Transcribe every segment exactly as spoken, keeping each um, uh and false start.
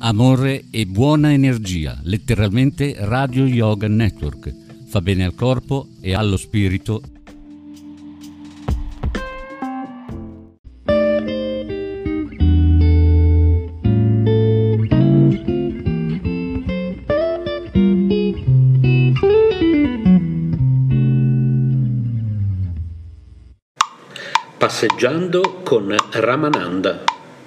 Amore e buona energia, letteralmente Radio Yoga Network. Fa bene al corpo e allo spirito. Passeggiando con Ramananda.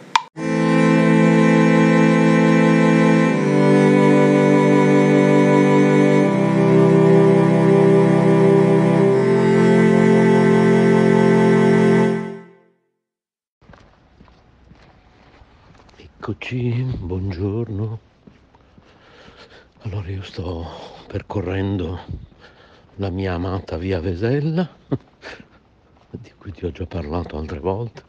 Eccoci, buongiorno. Allora io sto percorrendo la mia amata via Vesella, di cui ti ho già parlato altre volte.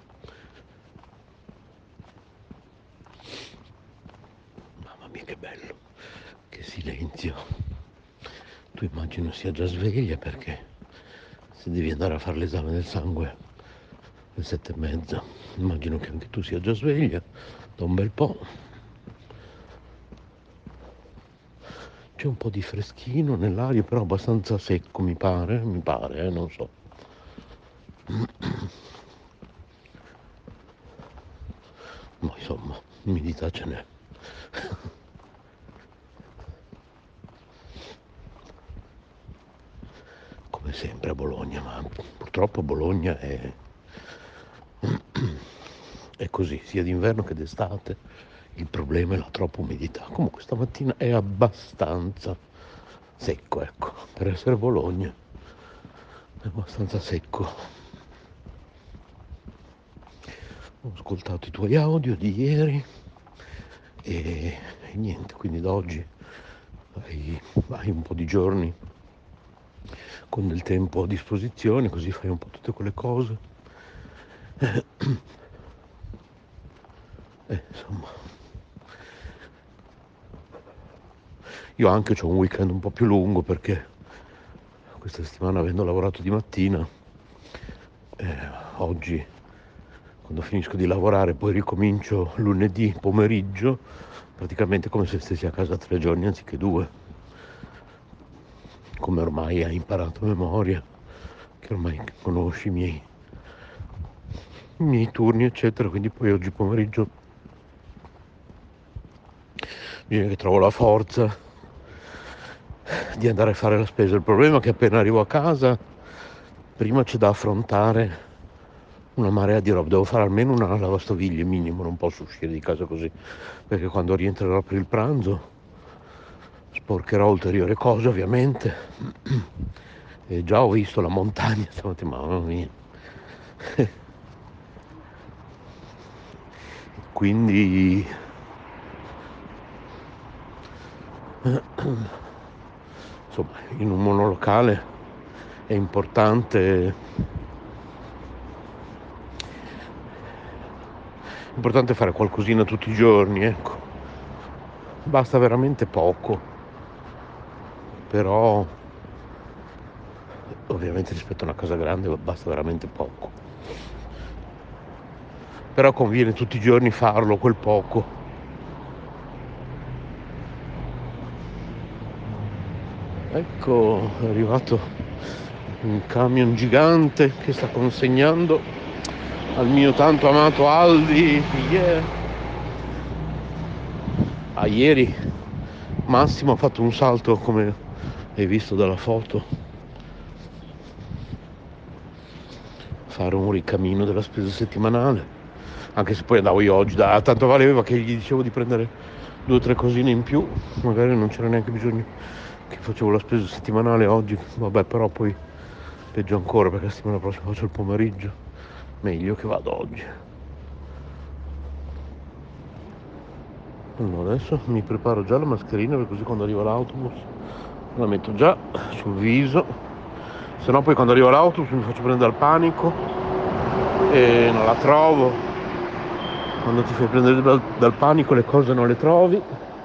Mamma mia che bello, che silenzio. Tu immagino sia già sveglia perché se devi andare a fare l'esame del sangue alle sette e mezza, immagino che anche tu sia già sveglia da un bel po'. C'è un po' di freschino nell'aria, però abbastanza secco mi pare, mi pare, eh, non so. Ma insomma, umidità ce n'è. Come sempre a Bologna, ma purtroppo Bologna è, è così, sia d'inverno che d'estate. Il problema è la troppa umidità. Comunque stamattina è abbastanza secco, ecco, per essere Bologna è abbastanza secco. Ho ascoltato i tuoi audio di ieri e, e niente, quindi da oggi hai, hai un po' di giorni con del tempo a disposizione, così fai un po' tutte quelle cose. Eh, eh, insomma, io anche ho un weekend un po' più lungo perché questa settimana, avendo lavorato di mattina, eh, oggi quando finisco di lavorare poi ricomincio lunedì pomeriggio, praticamente come se stessi a casa tre giorni anziché due, come ormai hai imparato a memoria, che ormai conosci i miei, i miei turni eccetera, quindi poi oggi pomeriggio bisogna che trovo la forza di andare a fare la spesa. Il problema è che appena arrivo a casa prima c'è da affrontare una marea di roba, devo fare almeno una lavastoviglie minimo, non posso uscire di casa così, perché quando rientrerò per il pranzo sporcherò ulteriori cose ovviamente. E già ho visto la montagna stamattina, mamma mia. Quindi insomma, in un monolocale è importante è importante fare qualcosina tutti i giorni, ecco. Basta veramente poco, però ovviamente rispetto a una casa grande basta veramente poco, però conviene tutti i giorni farlo quel poco. Ecco, è arrivato un camion gigante che sta consegnando al mio tanto amato Aldi. Yeah. Ah, ieri Massimo ha fatto un salto, come hai visto dalla foto, fare un ricamino della spesa settimanale, anche se poi andavo io oggi, da, tanto valeva che gli dicevo di prendere due o tre cosine in più, magari non c'era neanche bisogno che facevo la spesa settimanale oggi, vabbè, però poi peggio ancora perché la settimana prossima faccio il pomeriggio, meglio che vado oggi. Allora adesso mi preparo già la mascherina, per così quando arriva l'autobus la metto già sul viso, se no poi quando arriva l'autobus mi faccio prendere dal panico e non la trovo. Quando ti fai prendere dal, dal panico le cose non le trovi.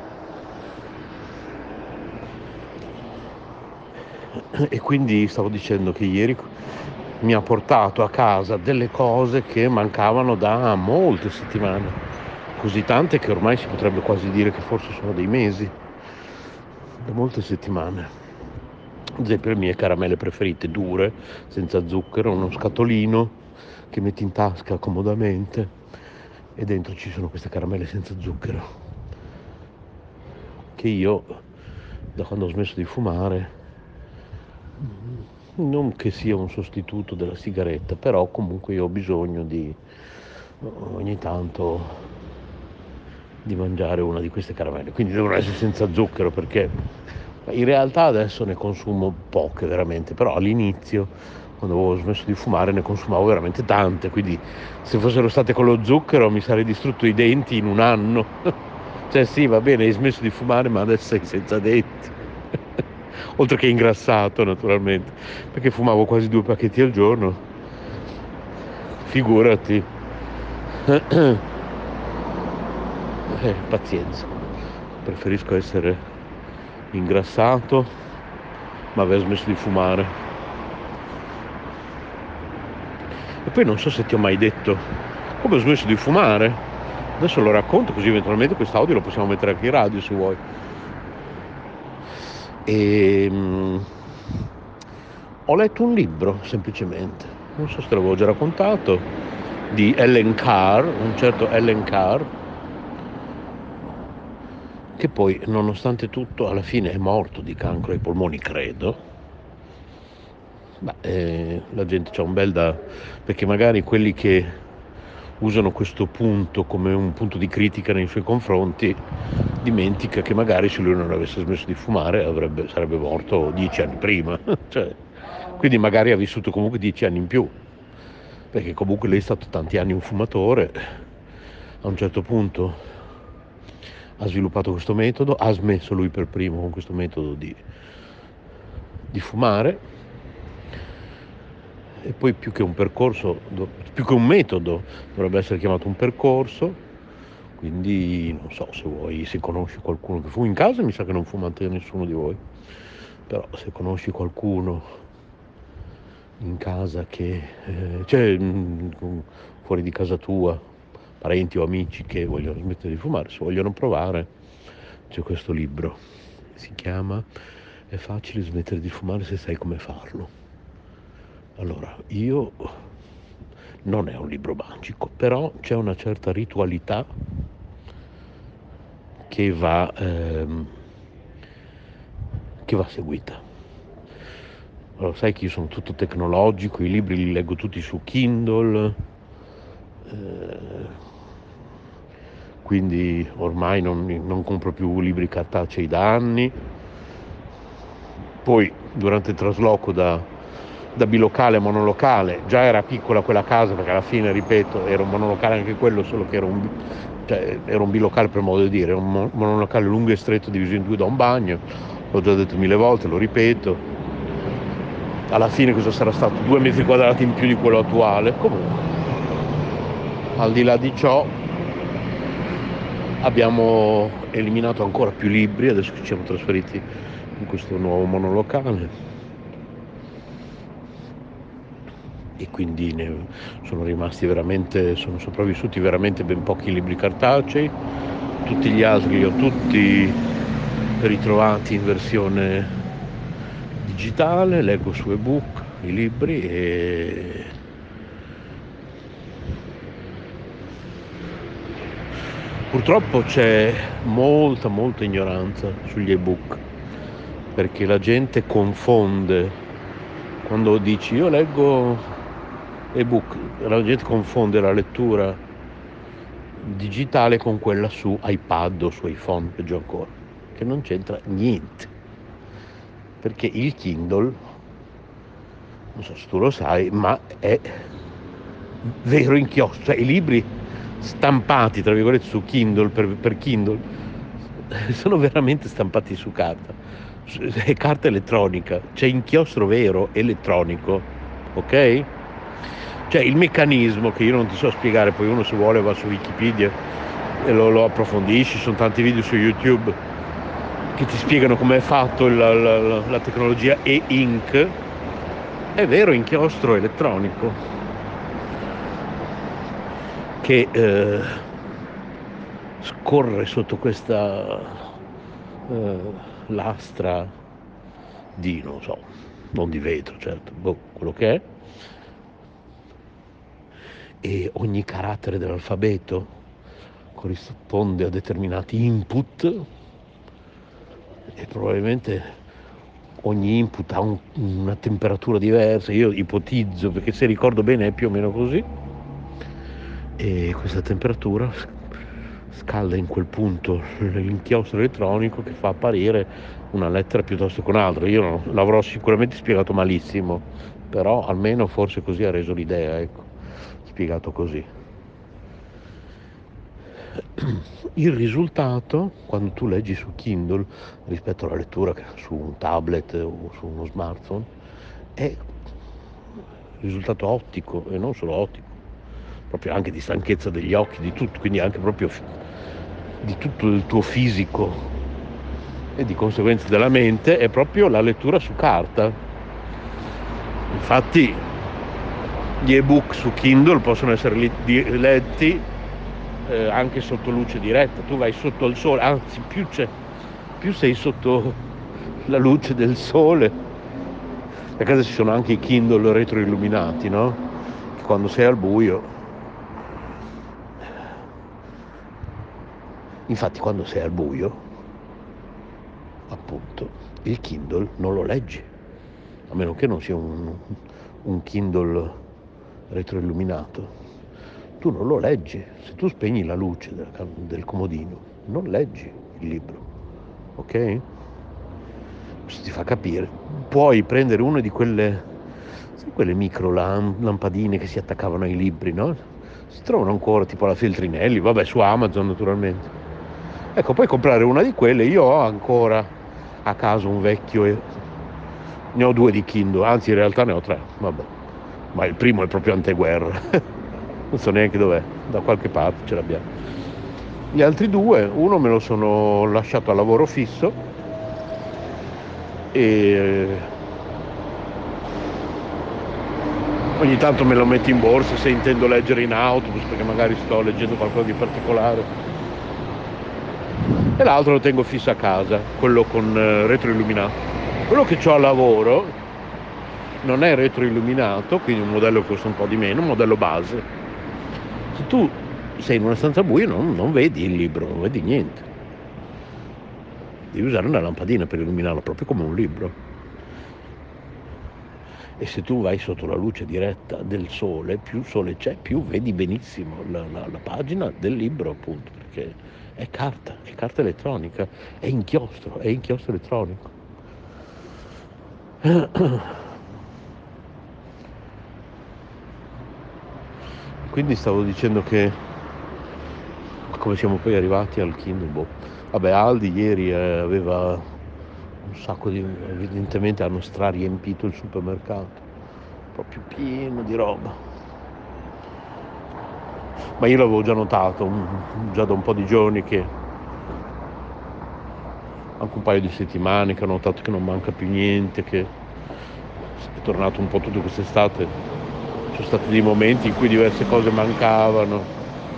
E quindi stavo dicendo che ieri mi ha portato a casa delle cose che mancavano da molte settimane, così tante che ormai si potrebbe quasi dire che forse sono dei mesi, da molte settimane. Ad esempio le mie caramelle preferite, dure, senza zucchero, uno scatolino che metti in tasca comodamente e dentro ci sono queste caramelle senza zucchero che io, da quando ho smesso di fumare, non che sia un sostituto della sigaretta, però comunque io ho bisogno di ogni tanto di mangiare una di queste caramelle, quindi devono essere senza zucchero, perché in realtà adesso ne consumo poche veramente, però all'inizio, quando avevo smesso di fumare, ne consumavo veramente tante, quindi se fossero state con lo zucchero mi sarei distrutto i denti in un anno. Cioè sì, va bene, hai smesso di fumare, ma adesso sei senza denti. Oltre che ingrassato, naturalmente, perché fumavo quasi due pacchetti al giorno. Figurati. Eh, pazienza. Preferisco essere ingrassato, ma aver smesso di fumare. E poi non so se ti ho mai detto come ho smesso di fumare. Adesso lo racconto, così eventualmente quest'audio lo possiamo mettere anche in radio se vuoi. E um, ho letto un libro, semplicemente, non so se te l'avevo già raccontato, di Ellen Carr, un certo Ellen Carr, che poi nonostante tutto alla fine è morto di cancro ai polmoni, credo. Beh, eh, la gente c'ha un bel da... perché magari quelli che usano questo punto come un punto di critica nei suoi confronti dimentica che magari se lui non avesse smesso di fumare avrebbe, sarebbe morto dieci anni prima. Cioè, quindi magari ha vissuto comunque dieci anni in più, perché comunque lei è stato tanti anni un fumatore. A un certo punto ha sviluppato questo metodo, ha smesso lui per primo con questo metodo di, di fumare, e poi più che un percorso, più che un metodo, dovrebbe essere chiamato un percorso. Quindi non so se vuoi, se conosci qualcuno che fuma in casa, mi sa che non fumate nessuno di voi, però se conosci qualcuno in casa che eh, cioè mh, fuori di casa tua, parenti o amici che vogliono smettere di fumare, se vogliono provare, c'è questo libro, si chiama È facile smettere di fumare se sai come farlo. Allora, io non è un libro magico, però c'è una certa ritualità che va ehm, che va seguita. Allora, sai che io sono tutto tecnologico, i libri li leggo tutti su Kindle, eh, quindi ormai non, non compro più libri cartacei da anni. Poi durante il trasloco da, da bilocale a monolocale, già era piccola quella casa, perché alla fine, ripeto, era un monolocale anche quello, solo che era un, cioè, era un bilocale per modo di dire, un monolocale lungo e stretto diviso in due da un bagno. L'ho già detto mille volte, lo ripeto. Alla fine cosa sarà stato? Due metri quadrati in più di quello attuale. Comunque, al di là di ciò, abbiamo eliminato ancora più libri adesso che ci siamo trasferiti in questo nuovo monolocale, e quindi ne sono rimasti veramente, sono sopravvissuti veramente ben pochi libri cartacei. Tutti gli altri li ho tutti ritrovati in versione digitale, leggo su ebook i libri e purtroppo c'è molta molta ignoranza sugli ebook, perché la gente confonde, quando dici io leggo ebook, la gente confonde la lettura digitale con quella su iPad o su iPhone, peggio ancora, che non c'entra niente, perché il Kindle, non so se tu lo sai, ma è vero inchiostro, cioè i libri stampati tra virgolette su Kindle per, per Kindle sono veramente stampati su carta, è carta elettronica, c'è inchiostro vero elettronico, ok? Cioè il meccanismo che io non ti so spiegare, poi uno se vuole va su Wikipedia e lo, lo approfondisci, sono tanti video su YouTube che ti spiegano come è fatto la, la, la, la tecnologia e-ink, è vero inchiostro elettronico che eh, scorre sotto questa eh, lastra di, non so, non di vetro, certo, boh, quello che è, e ogni carattere dell'alfabeto corrisponde a determinati input e probabilmente ogni input ha un, una temperatura diversa, io ipotizzo, perché se ricordo bene è più o meno così, e questa temperatura scalda in quel punto l'inchiostro elettronico che fa apparire una lettera piuttosto che un'altra. Io no, l'avrò sicuramente spiegato malissimo, però almeno forse così ha reso l'idea, ecco, spiegato così. Il risultato, quando tu leggi su Kindle rispetto alla lettura su un tablet o su uno smartphone, è risultato ottico, e non solo ottico, proprio anche di stanchezza degli occhi, di tutto, quindi anche proprio di tutto il tuo fisico e di conseguenza della mente, è proprio la lettura su carta. Infatti gli ebook su Kindle possono essere letti eh, anche sotto luce diretta. Tu vai sotto il sole, anzi più c'è, più sei sotto la luce del sole. A casa ci sono anche i Kindle retroilluminati, no? Che quando sei al buio, infatti quando sei al buio, appunto, il Kindle non lo leggi, a meno che non sia un, un Kindle retroilluminato. Tu non lo leggi, se tu spegni la luce del, del comodino, non leggi il libro, ok? Se ti fa capire, puoi prendere una di quelle, sai, quelle micro lampadine che si attaccavano ai libri, no? Si trovano ancora tipo alla Feltrinelli, vabbè, su Amazon naturalmente. Ecco, puoi comprare una di quelle. Io ho ancora a casa un vecchio, e ne ho due di Kindle, anzi in realtà ne ho tre, vabbè, ma il primo è proprio anteguerra, non so neanche dov'è, da qualche parte ce l'abbiamo. Gli altri due, uno me lo sono lasciato a lavoro fisso e ogni tanto me lo metto in borsa se intendo leggere in autobus, perché magari sto leggendo qualcosa di particolare, e l'altro lo tengo fisso a casa, quello con eh, retroilluminato. Quello che ho a lavoro non è retroilluminato, quindi un modello che costa un po' di meno, un modello base. Se tu sei in una stanza buia non, non vedi il libro, non vedi niente, devi usare una lampadina per illuminarlo, proprio come un libro. E se tu vai sotto la luce diretta del sole, più sole c'è, più vedi benissimo la, la, la pagina del libro, appunto, perché è carta, è carta elettronica, è inchiostro, è inchiostro elettronico. Quindi stavo dicendo che come siamo poi arrivati al Kindle, boh. Vabbè, Aldi ieri eh, aveva un sacco di, evidentemente hanno strariempito il supermercato, proprio pieno di roba. Ma io l'avevo già notato un, già da un po' di giorni, che anche un paio di settimane che ho notato che non manca più niente, che è tornato un po' tutto quest'estate. Ci sono stati dei momenti in cui diverse cose mancavano.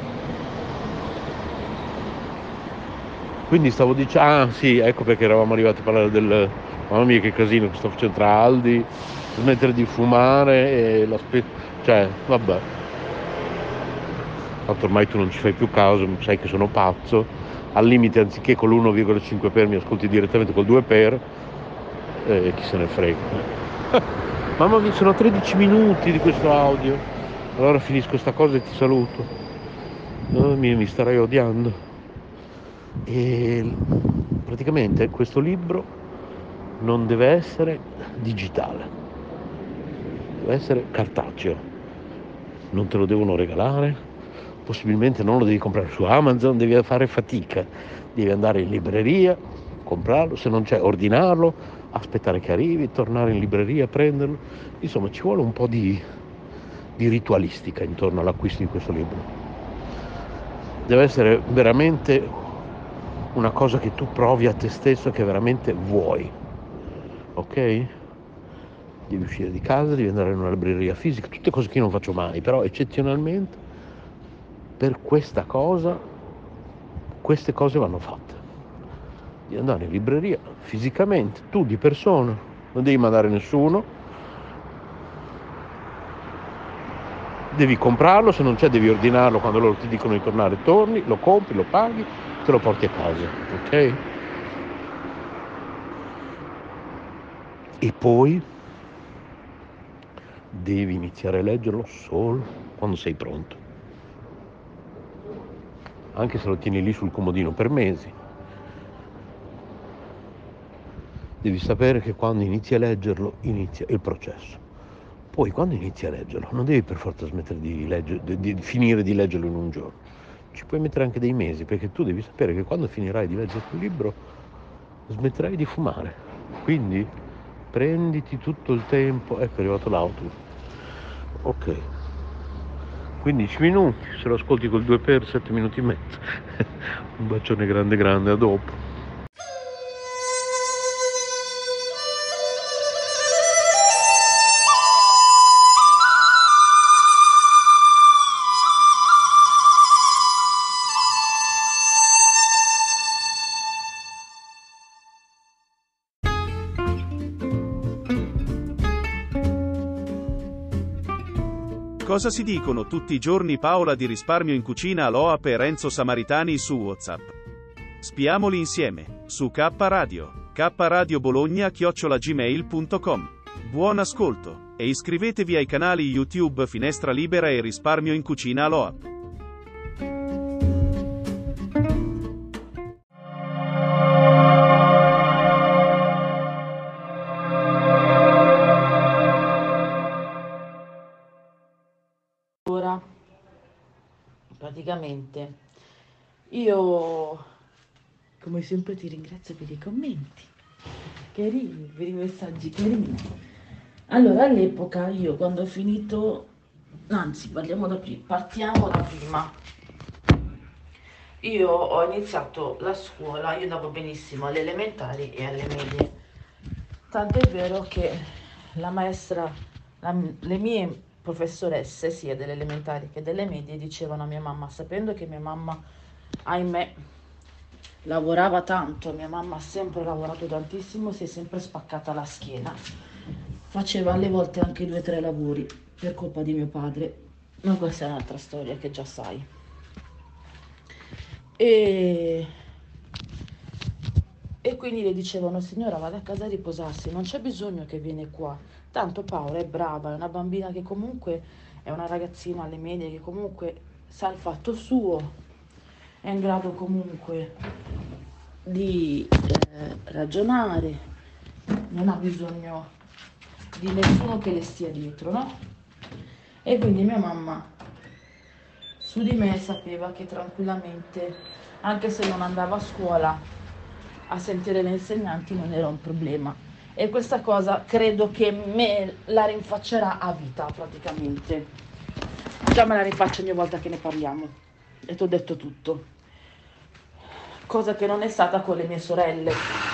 Quindi stavo dicendo, ah sì, ecco perché eravamo arrivati a parlare del, mamma mia che casino che sto facendo tra Aldi, smettere di fumare e la spe... cioè, vabbè. Tanto ormai tu non ci fai più caso, sai che sono pazzo, al limite anziché con l'uno virgola cinque per mi ascolti direttamente col due per, e chi se ne frega. Mamma mia, sono tredici minuti di questo audio, allora finisco sta cosa e ti saluto. Oh, mi, mi starai odiando. E praticamente questo libro non deve essere digitale, deve essere cartaceo, non te lo devono regalare, possibilmente non lo devi comprare su Amazon, devi fare fatica, devi andare in libreria, comprarlo, se non c'è ordinarlo, aspettare che arrivi, tornare in libreria, prenderlo, insomma ci vuole un po' di, di ritualistica intorno all'acquisto di questo libro. Deve essere veramente una cosa che tu provi a te stesso, che veramente vuoi, ok? Devi uscire di casa, devi andare in una libreria fisica, tutte cose che io non faccio mai, però eccezionalmente per questa cosa queste cose vanno fatte, di andare in libreria fisicamente, tu di persona, non devi mandare nessuno, devi comprarlo, se non c'è devi ordinarlo, quando loro ti dicono di tornare torni, lo compri, lo paghi, te lo porti a casa, ok? E poi devi iniziare a leggerlo solo quando sei pronto, anche se lo tieni lì sul comodino per mesi. Devi sapere che quando inizi a leggerlo inizia il processo. Poi quando inizi a leggerlo non devi per forza smettere di, legger- di, di finire di leggerlo in un giorno, ci puoi mettere anche dei mesi, perché tu devi sapere che quando finirai di leggere quel libro smetterai di fumare, quindi prenditi tutto il tempo. Ecco, è arrivato l'auto, ok, quindici minuti, se lo ascolti col due per sette minuti e mezzo. Un bacione grande grande, a dopo. Cosa si dicono tutti i giorni Paola di Risparmio in Cucina, Aloap e Renzo Samaritani su WhatsApp? Spiamoli insieme, su K Radio, K Radio Bologna chiocciola gmail punto com. Buon ascolto, e iscrivetevi ai canali YouTube Finestra Libera e Risparmio in Cucina Aloap. Praticamente io come sempre ti ringrazio per i commenti carini, per i messaggi carini. Allora, all'epoca io quando ho finito, anzi parliamo da prima, partiamo da prima. Io ho iniziato la scuola, io andavo benissimo alle elementari e alle medie, tant'è vero che la maestra, la, le mie professoresse sia delle elementari che delle medie dicevano a mia mamma, sapendo che mia mamma, ahimè, lavorava tanto, mia mamma ha sempre lavorato tantissimo, si è sempre spaccata la schiena, faceva alle volte anche due o tre lavori per colpa di mio padre, ma questa è un'altra storia che già sai. E, e quindi le dicevano, signora vada a casa a riposarsi, non c'è bisogno che viene qua, tanto Paola è brava, è una bambina che comunque è una ragazzina alle medie che comunque sa il fatto suo, è in grado comunque di eh, ragionare, non ha bisogno di nessuno che le stia dietro, no? E quindi mia mamma su di me sapeva che tranquillamente, anche se non andava a scuola, a sentire le insegnanti non era un problema. E questa cosa credo che me la rinfaccerà a vita praticamente. Già me la rinfaccio ogni volta che ne parliamo. E ti ho detto tutto. Cosa che non è stata con le mie sorelle.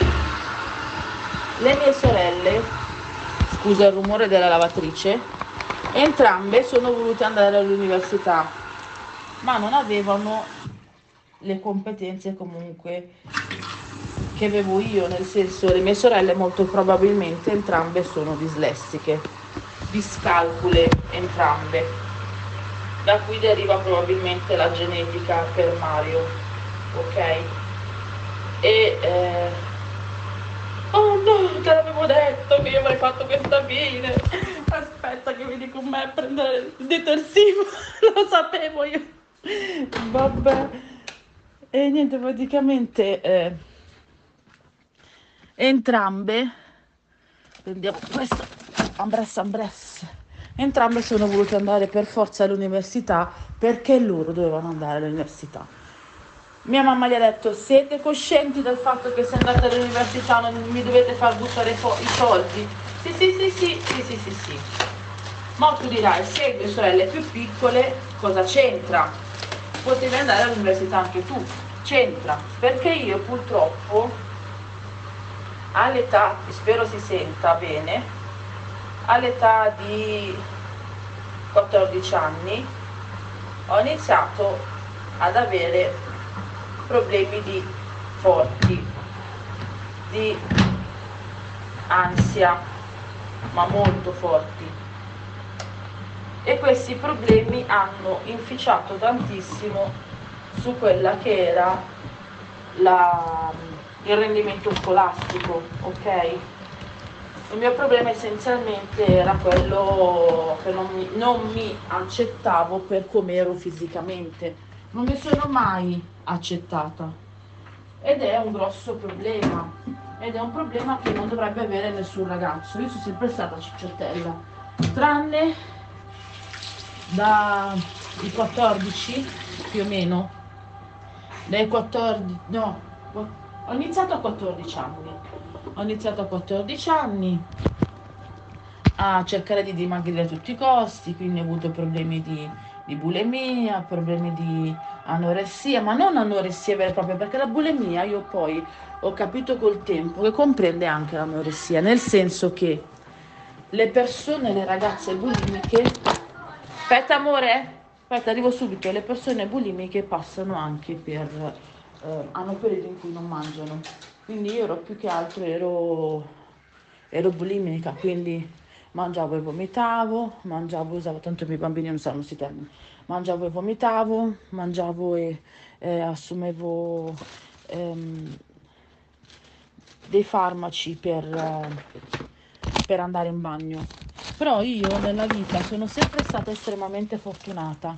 Le mie sorelle, scusa il rumore della lavatrice, entrambe sono volute andare all'università, ma non avevano le competenze comunque che avevo io, nel senso, le mie sorelle molto probabilmente entrambe sono dislessiche, discalcule entrambe, da cui deriva probabilmente la genetica per Mario, ok? E eh... oh no, te l'avevo detto che io avrei fatto questa fine, aspetta che vieni con me a prendere il detersivo, lo sapevo io, vabbè. E niente, praticamente eh, entrambe, prendiamo questo, ambress ambress, entrambe sono volute andare per forza all'università perché loro dovevano andare all'università. Mia mamma gli ha detto, siete coscienti del fatto che se andate all'università non mi dovete far buttare i soldi? Sì, sì, sì, sì, sì, sì, sì, sì. Ma tu dirai, segui le sorelle più piccole, cosa c'entra? Potevi andare all'università anche tu. C'entra, perché io purtroppo all'età, spero si senta bene, all'età di quattordici anni ho iniziato ad avere problemi di forti, di ansia, ma molto forti, e questi problemi hanno inficiato tantissimo su quella che era la, il rendimento scolastico, ok? Il mio problema essenzialmente era quello che non mi, non mi accettavo per come ero fisicamente, non mi sono mai accettata, ed è un grosso problema, ed è un problema che non dovrebbe avere nessun ragazzo. Io sono sempre stata cicciottella, tranne dai quattordici più o meno, dai quattordici, no, ho iniziato a quattordici anni. Ho iniziato a quattordici anni a cercare di dimagrire a tutti i costi, quindi ho avuto problemi di, di bulimia, problemi di anoressia, ma non anoressia vera e propria, perché la bulimia io poi ho capito col tempo che comprende anche l'anoressia, nel senso che le persone, le ragazze bulimiche, aspetta amore, aspetta arrivo subito, le persone bulimiche passano anche per, eh, hanno periodi in cui non mangiano. Quindi io ero più che altro ero, ero bulimica, quindi mangiavo e vomitavo, mangiavo e usavo, tanto i miei bambini non sanno questi termini, mangiavo e vomitavo, mangiavo e eh, assumevo ehm, dei farmaci per, eh, per andare in bagno. Però io nella vita sono sempre stata estremamente fortunata,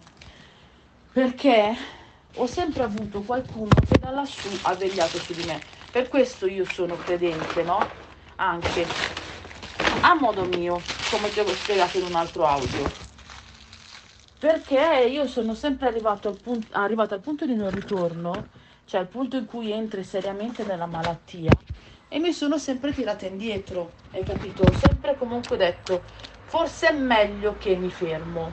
perché ho sempre avuto qualcuno che da lassù ha vegliato su di me. Per questo io sono credente, no? Anche a modo mio, come ti avevo spiegato in un altro audio. Perché io sono sempre arrivato al punto, arrivata al punto di non ritorno, cioè al punto in cui entri seriamente nella malattia, e mi sono sempre tirata indietro, hai capito? Ho sempre comunque detto, forse è meglio che mi fermo,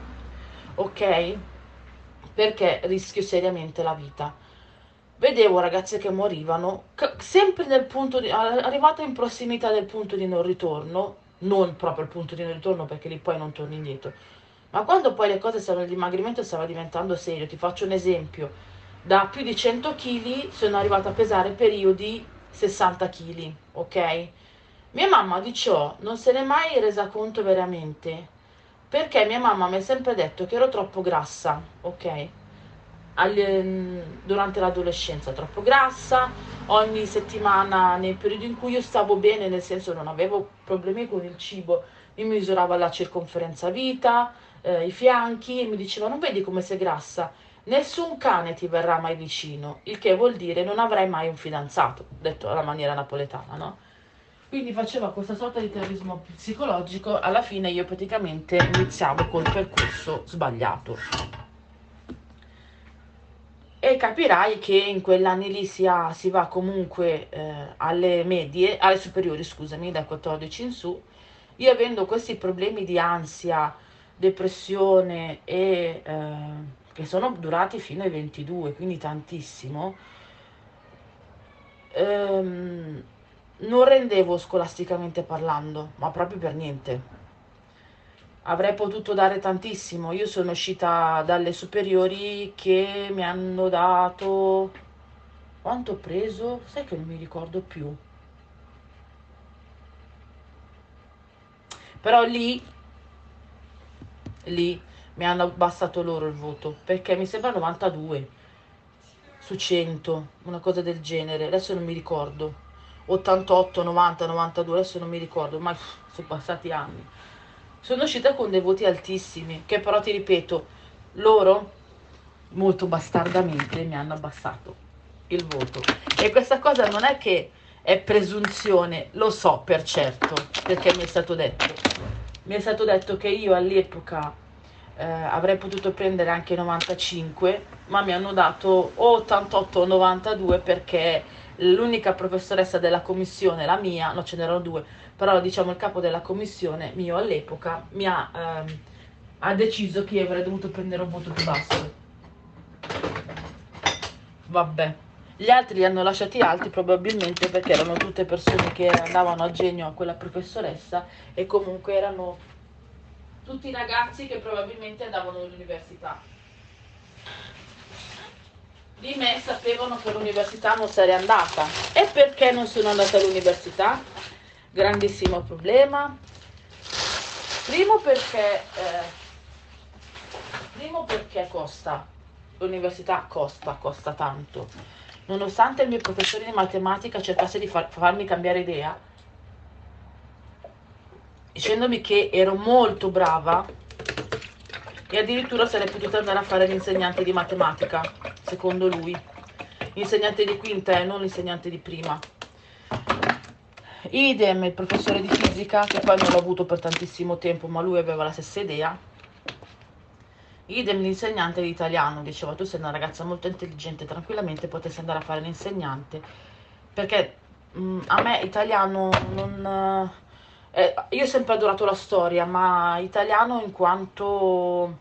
ok? Perché rischio seriamente la vita. Vedevo ragazze che morivano, sempre nel punto di, arrivata in prossimità del punto di non ritorno, non proprio il punto di non ritorno perché lì poi non torni indietro, ma quando poi le cose stavano, il dimagrimento stava diventando serio. Ti faccio un esempio: da più di cento chili sono arrivata a pesare periodi sessanta chili, ok? Mia mamma di ciò non se n'è mai resa conto veramente, perché mia mamma mi ha sempre detto che ero troppo grassa, ok? Durante l'adolescenza troppo grassa, ogni settimana nei periodi in cui io stavo bene, nel senso non avevo problemi con il cibo, mi misurava la circonferenza vita, eh, i fianchi, e mi diceva non vedi come sei grassa, nessun cane ti verrà mai vicino, il che vuol dire non avrai mai un fidanzato, detto alla maniera napoletana, no? Quindi faceva questa sorta di terrorismo psicologico. Alla fine io praticamente iniziavo col percorso sbagliato. E capirai che in quegli anni lì si, ha, si va comunque eh, alle medie, alle superiori, scusami, dai quattordici in su. Io avendo questi problemi di ansia, depressione e eh, che sono durati fino ai ventidue, quindi tantissimo, ehm, non rendevo scolasticamente parlando, ma proprio per niente. Avrei potuto dare tantissimo. Io sono uscita dalle superiori che mi hanno dato... Quanto ho preso? Sai che non mi ricordo più. Però lì, lì mi hanno abbassato loro il voto, perché mi sembra novantadue su cento, una cosa del genere. Adesso non mi ricordo. ottantotto, novanta, novantadue, adesso non mi ricordo, ma sono passati anni. Sono uscita con dei voti altissimi, che però ti ripeto, loro molto bastardamente mi hanno abbassato il voto. E questa cosa non è che è presunzione, lo so per certo, perché mi è stato detto. Mi è stato detto che io all'epoca eh, avrei potuto prendere anche novantacinque, ma mi hanno dato o ottantotto o novantadue, perché l'unica professoressa della commissione, la mia, no, ce n'erano due, però diciamo il capo della commissione mio all'epoca mi ha, ehm, ha deciso che io avrei dovuto prendere un voto più basso. Vabbè, gli altri li hanno lasciati alti probabilmente perché erano tutte persone che andavano a genio a quella professoressa, e comunque erano tutti ragazzi che probabilmente andavano all'università. di me sapevano che all'università non sarei andata. E perché non sono andata all'università? Grandissimo problema. Primo perché, eh, primo perché costa. L'università costa, costa tanto. Nonostante il mio professore di matematica cercasse di far- farmi cambiare idea, dicendomi che ero molto brava e addirittura sarei potuta andare a fare l'insegnante di matematica, secondo lui. L'insegnante di quinta e non l'insegnante di prima. Idem il professore di fisica, che poi non l'ho avuto per tantissimo tempo, ma lui aveva la stessa idea. Idem l'insegnante di italiano, diceva tu sei una ragazza molto intelligente, tranquillamente potresti andare a fare l'insegnante, perché mh, a me italiano non... Eh, io ho sempre adorato la storia, ma italiano in quanto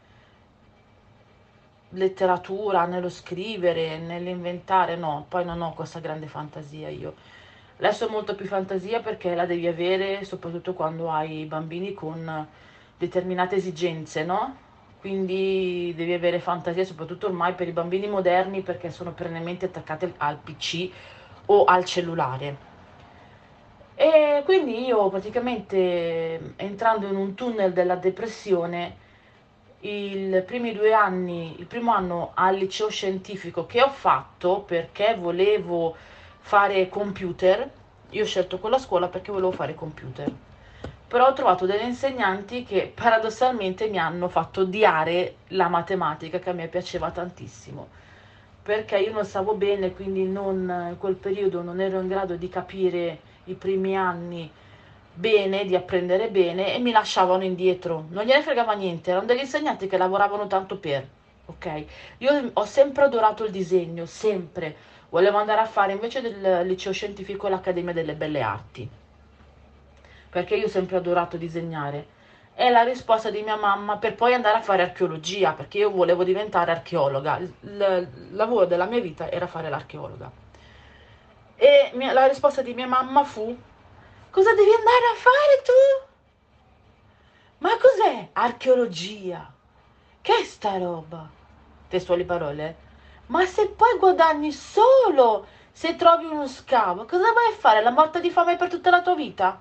letteratura, nello scrivere, nell'inventare, no, poi non ho questa grande fantasia io. Adesso ho molto più fantasia perché la devi avere soprattutto quando hai bambini con determinate esigenze, no? Quindi devi avere fantasia soprattutto ormai per i bambini moderni perché sono perennemente attaccati al P C o al cellulare. E quindi io praticamente entrando in un tunnel della depressione, i primi due anni, il primo anno al liceo scientifico che ho fatto perché volevo fare computer, io ho scelto quella scuola perché volevo fare computer, però ho trovato delle insegnanti che paradossalmente mi hanno fatto odiare la matematica che a me piaceva tantissimo, perché io non stavo bene, quindi non, in quel periodo non ero in grado di capire i primi anni bene, di apprendere bene e mi lasciavano indietro, non gliene fregava niente, erano degli insegnanti che lavoravano tanto per, ok? Io ho sempre adorato il disegno, sempre, volevo andare a fare invece del liceo scientifico l'Accademia delle Belle Arti, perché io ho sempre adorato disegnare. È la risposta di mia mamma per poi andare a fare archeologia, perché io volevo diventare archeologa, il, il lavoro della mia vita era fare l'archeologa. E mia, la risposta di mia mamma fu: cosa devi andare a fare tu? Ma cos'è archeologia? Che è sta roba? Testuali parole. Ma se poi guadagni solo se trovi uno scavo, cosa vai a fare? La morte di fame per tutta la tua vita?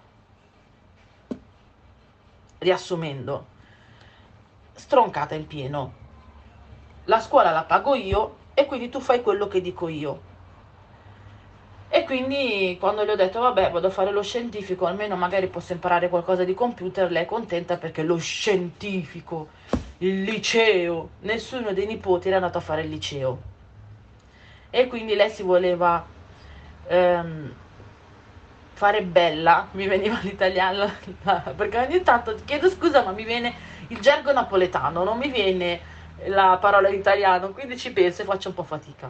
Riassumendo, stroncata in pieno. La scuola la pago io e quindi tu fai quello che dico io. E quindi quando le ho detto vabbè vado a fare lo scientifico, almeno magari posso imparare qualcosa di computer, lei è contenta perché lo scientifico, il liceo, nessuno dei nipoti era andato a fare il liceo. E quindi lei si voleva ehm, fare bella, mi veniva l'italiano, perché ogni tanto chiedo scusa ma mi viene il gergo napoletano, non mi viene la parola in italiano, quindi ci penso e faccio un po' fatica.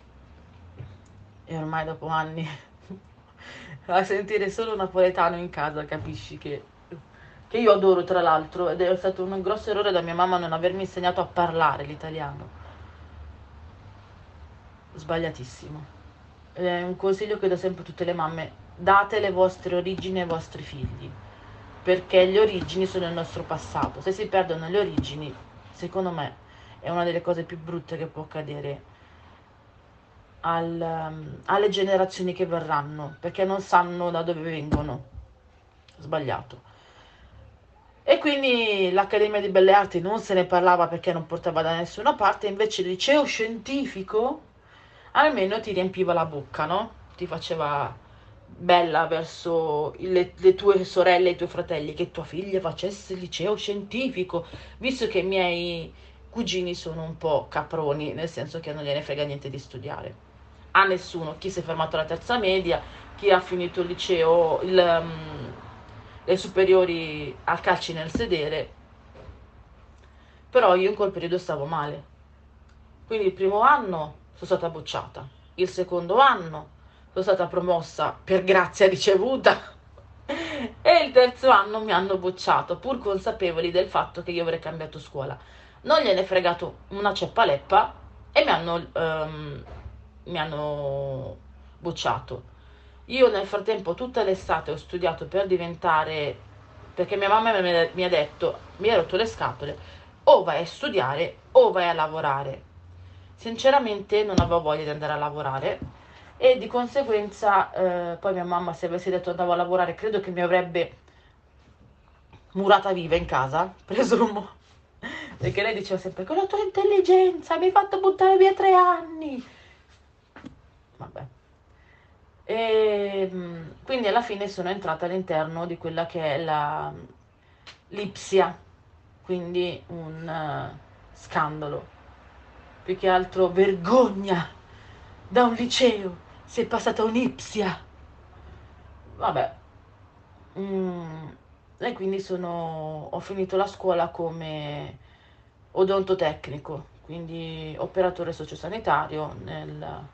E ormai dopo anni a sentire solo napoletano in casa capisci che, che io adoro tra l'altro, ed è stato un grosso errore da mia mamma non avermi insegnato a parlare l'italiano. Sbagliatissimo. È un consiglio che do sempre a tutte le mamme: date le vostre origini ai vostri figli, perché le origini sono il nostro passato. Se si perdono le origini, secondo me è una delle cose più brutte che può accadere al, um, alle generazioni che verranno, perché non sanno da dove vengono. Sbagliato. E quindi l'Accademia di Belle Arti non se ne parlava perché non portava da nessuna parte, invece il liceo scientifico almeno ti riempiva la bocca, no? Ti faceva bella verso le, le tue sorelle e i tuoi fratelli che tua figlia facesse il liceo scientifico, visto che i miei cugini sono un po' caproni, nel senso che non gliene frega niente di studiare. A nessuno, chi si è fermato alla terza media, chi ha finito il liceo, il, um, le superiori a calci nel sedere. Però io in quel periodo stavo male, quindi il primo anno sono stata bocciata, il secondo anno sono stata promossa per grazia ricevuta e il terzo anno mi hanno bocciato, pur consapevoli del fatto che io avrei cambiato scuola. Non gliene è fregato una ceppaleppa e mi hanno, um, mi hanno bocciato. Io nel frattempo tutta l'estate ho studiato per diventare, perché mia mamma mi ha detto, mi ha rotto le scatole, o vai a studiare o vai a lavorare. sinceramente non avevo voglia di andare a lavorare e di conseguenza eh, poi mia mamma, se avessi detto andavo a lavorare, credo che mi avrebbe murata viva in casa, presumo, perché lei diceva sempre con la tua intelligenza mi hai fatto buttare via tre anni, vabbè. E mm, quindi alla fine sono entrata all'interno di quella che è la l'Ipsia, quindi un eh, scandalo, più che altro vergogna, da un liceo sei passata a un'Ipsia, vabbè. Mm, e quindi sono, ho finito la scuola come odontotecnico, quindi operatore sociosanitario nel-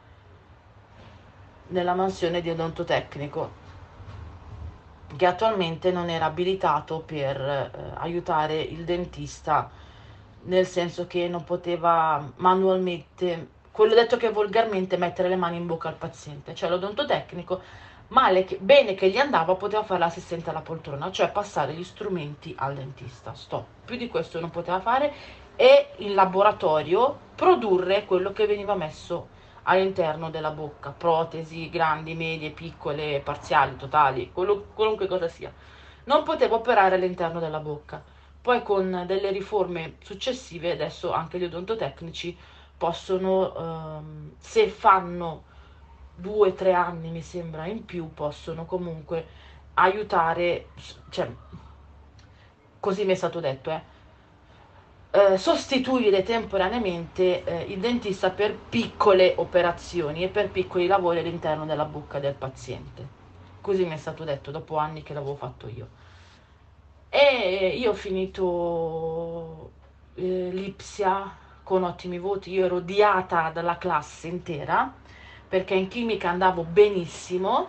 nella mansione di odontotecnico, che attualmente non era abilitato per eh, aiutare il dentista, nel senso che non poteva manualmente, quello detto che volgarmente, mettere le mani in bocca al paziente, cioè l'odontotecnico, male che, bene che gli andava, poteva fare l'assistente alla poltrona, cioè passare gli strumenti al dentista, stop, più di questo non poteva fare, e in laboratorio produrre quello che veniva messo all'interno della bocca, protesi grandi, medie, piccole, parziali, totali, quello- qualunque cosa sia. Non potevo operare all'interno della bocca. Poi con delle riforme successive, adesso anche gli odontotecnici possono, ehm, se fanno due o tre anni, mi sembra, in più, possono comunque aiutare, cioè, così mi è stato detto, eh, eh, sostituire temporaneamente eh, il dentista per piccole operazioni e per piccoli lavori all'interno della bocca del paziente. Così mi è stato detto dopo anni che l'avevo fatto io. E io ho finito eh, l'Ipsia con ottimi voti, io ero odiata dalla classe intera perché in chimica andavo benissimo,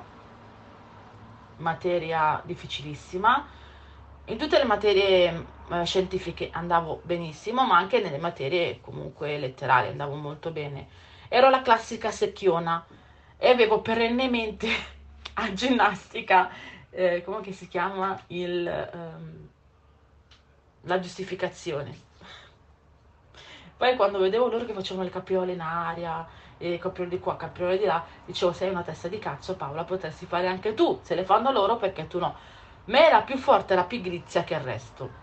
materia difficilissima, in tutte le materie eh, scientifiche andavo benissimo, ma anche nelle materie comunque letterali andavo molto bene. Ero la classica secchiona e avevo perennemente a ginnastica, eh, come che si chiama, il, ehm, la giustificazione. Poi quando vedevo loro che facevano le capriole in aria, e capriole di qua, capriole di là, dicevo sei una testa di cazzo Paola, potresti fare anche tu, se le fanno loro perché tu no. Me era più forte la pigrizia che il resto.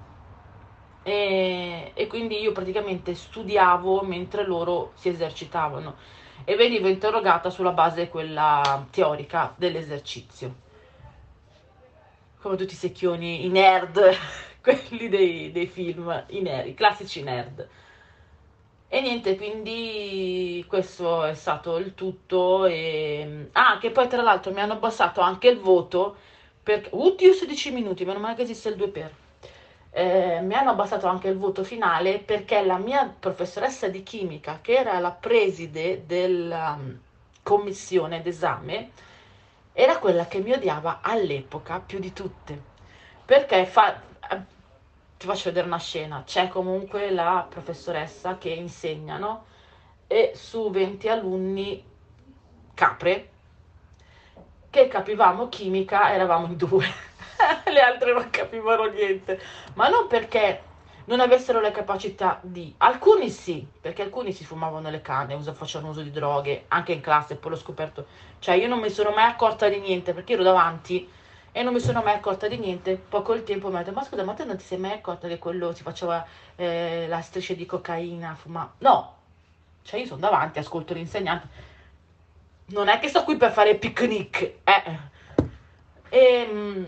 E, e quindi io praticamente studiavo mentre loro si esercitavano e venivo interrogata sulla base quella teorica dell'esercizio, come tutti i secchioni, i nerd, quelli dei, dei film, i nerd, i classici nerd. E niente, quindi questo è stato il tutto. E... Ah, che poi tra l'altro mi hanno abbassato anche il voto perché... Oddio, sedici minuti, meno male che esiste il due per. Eh, mi hanno abbassato anche il voto finale perché la mia professoressa di chimica, che era la preside della um, commissione d'esame, era quella che mi odiava all'epoca più di tutte. Perché fa... eh, ti faccio vedere una scena, c'è comunque la professoressa che insegna, no? E su venti alunni capre che capivamo chimica eravamo in due, le altre non capivano niente, ma non perché non avessero le capacità di, alcuni sì, perché alcuni si fumavano le canne, usa- facevano uso di droghe, anche in classe, poi l'ho scoperto, cioè io non mi sono mai accorta di niente, perché ero davanti e non mi sono mai accorta di niente, poi col tempo mi ha detto, ma scusa, ma te non ti sei mai accorta che quello si faceva eh, la striscia di cocaina, fumava, no, cioè io sono davanti, ascolto l'insegnante, non è che sto qui per fare picnic, eh. E, mm,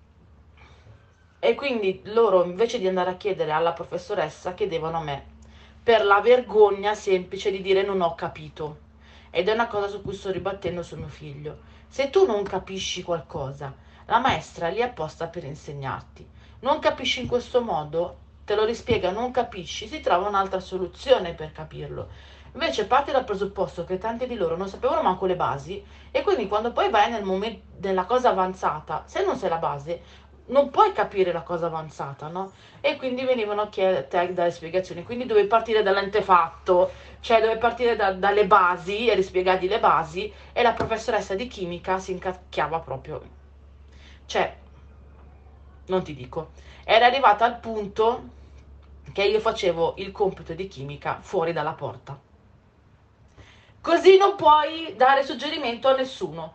e quindi loro invece di andare a chiedere alla professoressa chiedevano a me per la vergogna semplice di dire non ho capito. Ed è una cosa su cui sto ribattendo su mio figlio. Se tu non capisci qualcosa, la maestra è lì apposta per insegnarti. Non capisci in questo modo, te lo rispiega, non capisci, si trova un'altra soluzione per capirlo. Invece parti dal presupposto che tanti di loro non sapevano manco le basi e quindi quando poi vai nel momento della cosa avanzata, se non sai la base, non puoi capire la cosa avanzata, no? E quindi venivano a chiedere delle spiegazioni, quindi dovevi partire dall'antefatto, cioè dovevi partire da, dalle basi e rispiegargli le basi e la professoressa di chimica si incacchiava proprio, cioè, non ti dico, era arrivata al punto che io facevo il compito di chimica fuori dalla porta. Così non puoi dare suggerimento a nessuno.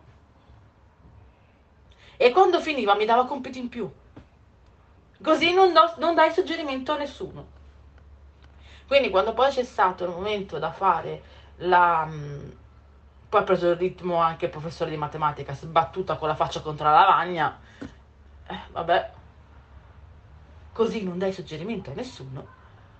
E quando finiva mi dava compiti in più. Così non, do, non dai suggerimento a nessuno. Quindi quando poi c'è stato il momento da fare la... Mh, poi ha preso il ritmo anche il professore di matematica, sbattuta con la faccia contro la lavagna. Eh, vabbè. Così non dai suggerimento a nessuno.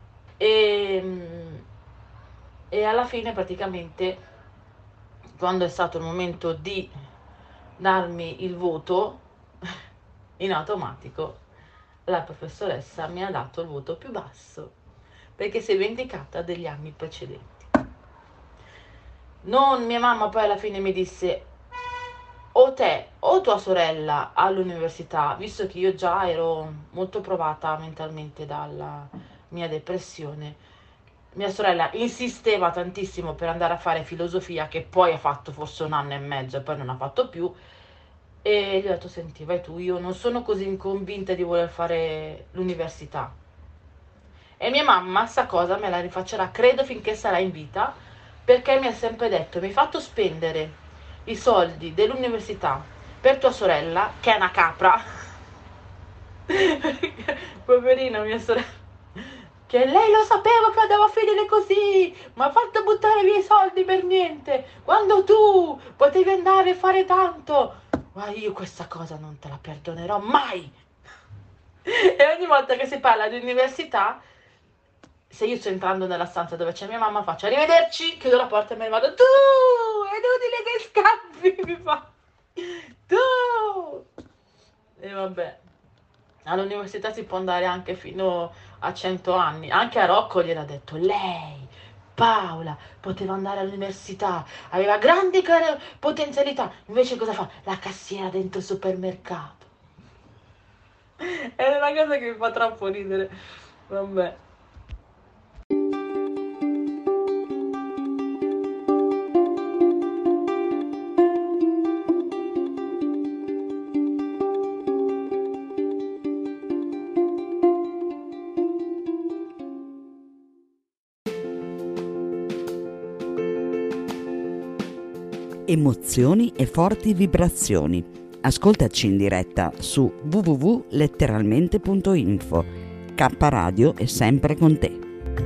E, e alla fine praticamente, quando è stato il momento di darmi il voto, in automatico la professoressa mi ha dato il voto più basso, perché si è vendicata degli anni precedenti. Non, mia mamma poi alla fine mi disse: o te o tua sorella all'università, visto che io già ero molto provata mentalmente dalla mia depressione. Mia sorella insisteva tantissimo per andare a fare filosofia, che poi ha fatto forse un anno e mezzo e poi non ha fatto più, e gli ho detto: senti, vai tu, io non sono così convinta di voler fare l'università. E mia mamma sta cosa me la rifaccerà, credo, finché sarà in vita, perché mi ha sempre detto: mi hai fatto spendere i soldi dell'università per tua sorella, che è una capra. Poverina mia sorella, che lei lo sapevo che andava a finire così, ma ha fatto buttare via i soldi per niente, quando tu potevi andare a fare tanto. Ma io questa cosa non te la perdonerò mai. E ogni volta che si parla di università, se io sto entrando nella stanza dove c'è mia mamma, faccio arrivederci, chiudo la porta e me ne vado. Tu, è inutile che scappi, mi fa. Tu. E vabbè, all'università si può andare anche fino a cento anni. Anche a Rocco gliel'ha detto: lei, Paola, poteva andare all'università, aveva grandi potenzialità, invece cosa fa? La cassiera dentro il supermercato. È una cosa che mi fa troppo ridere. Vabbè. Emozioni e forti vibrazioni. Ascoltaci in diretta su w w w punto letteralmente punto info. K Radio è sempre con te.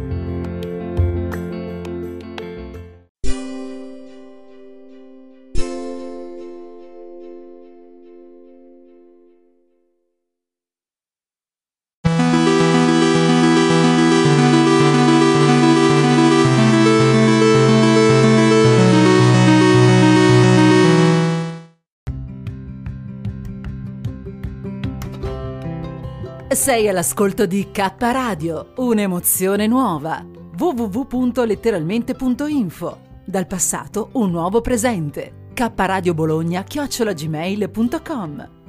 Sei all'ascolto di K Radio, un'emozione nuova. w w w punto letteralmente punto info. Dal passato un nuovo presente. K Radio Bologna chiocciola gmail punto com.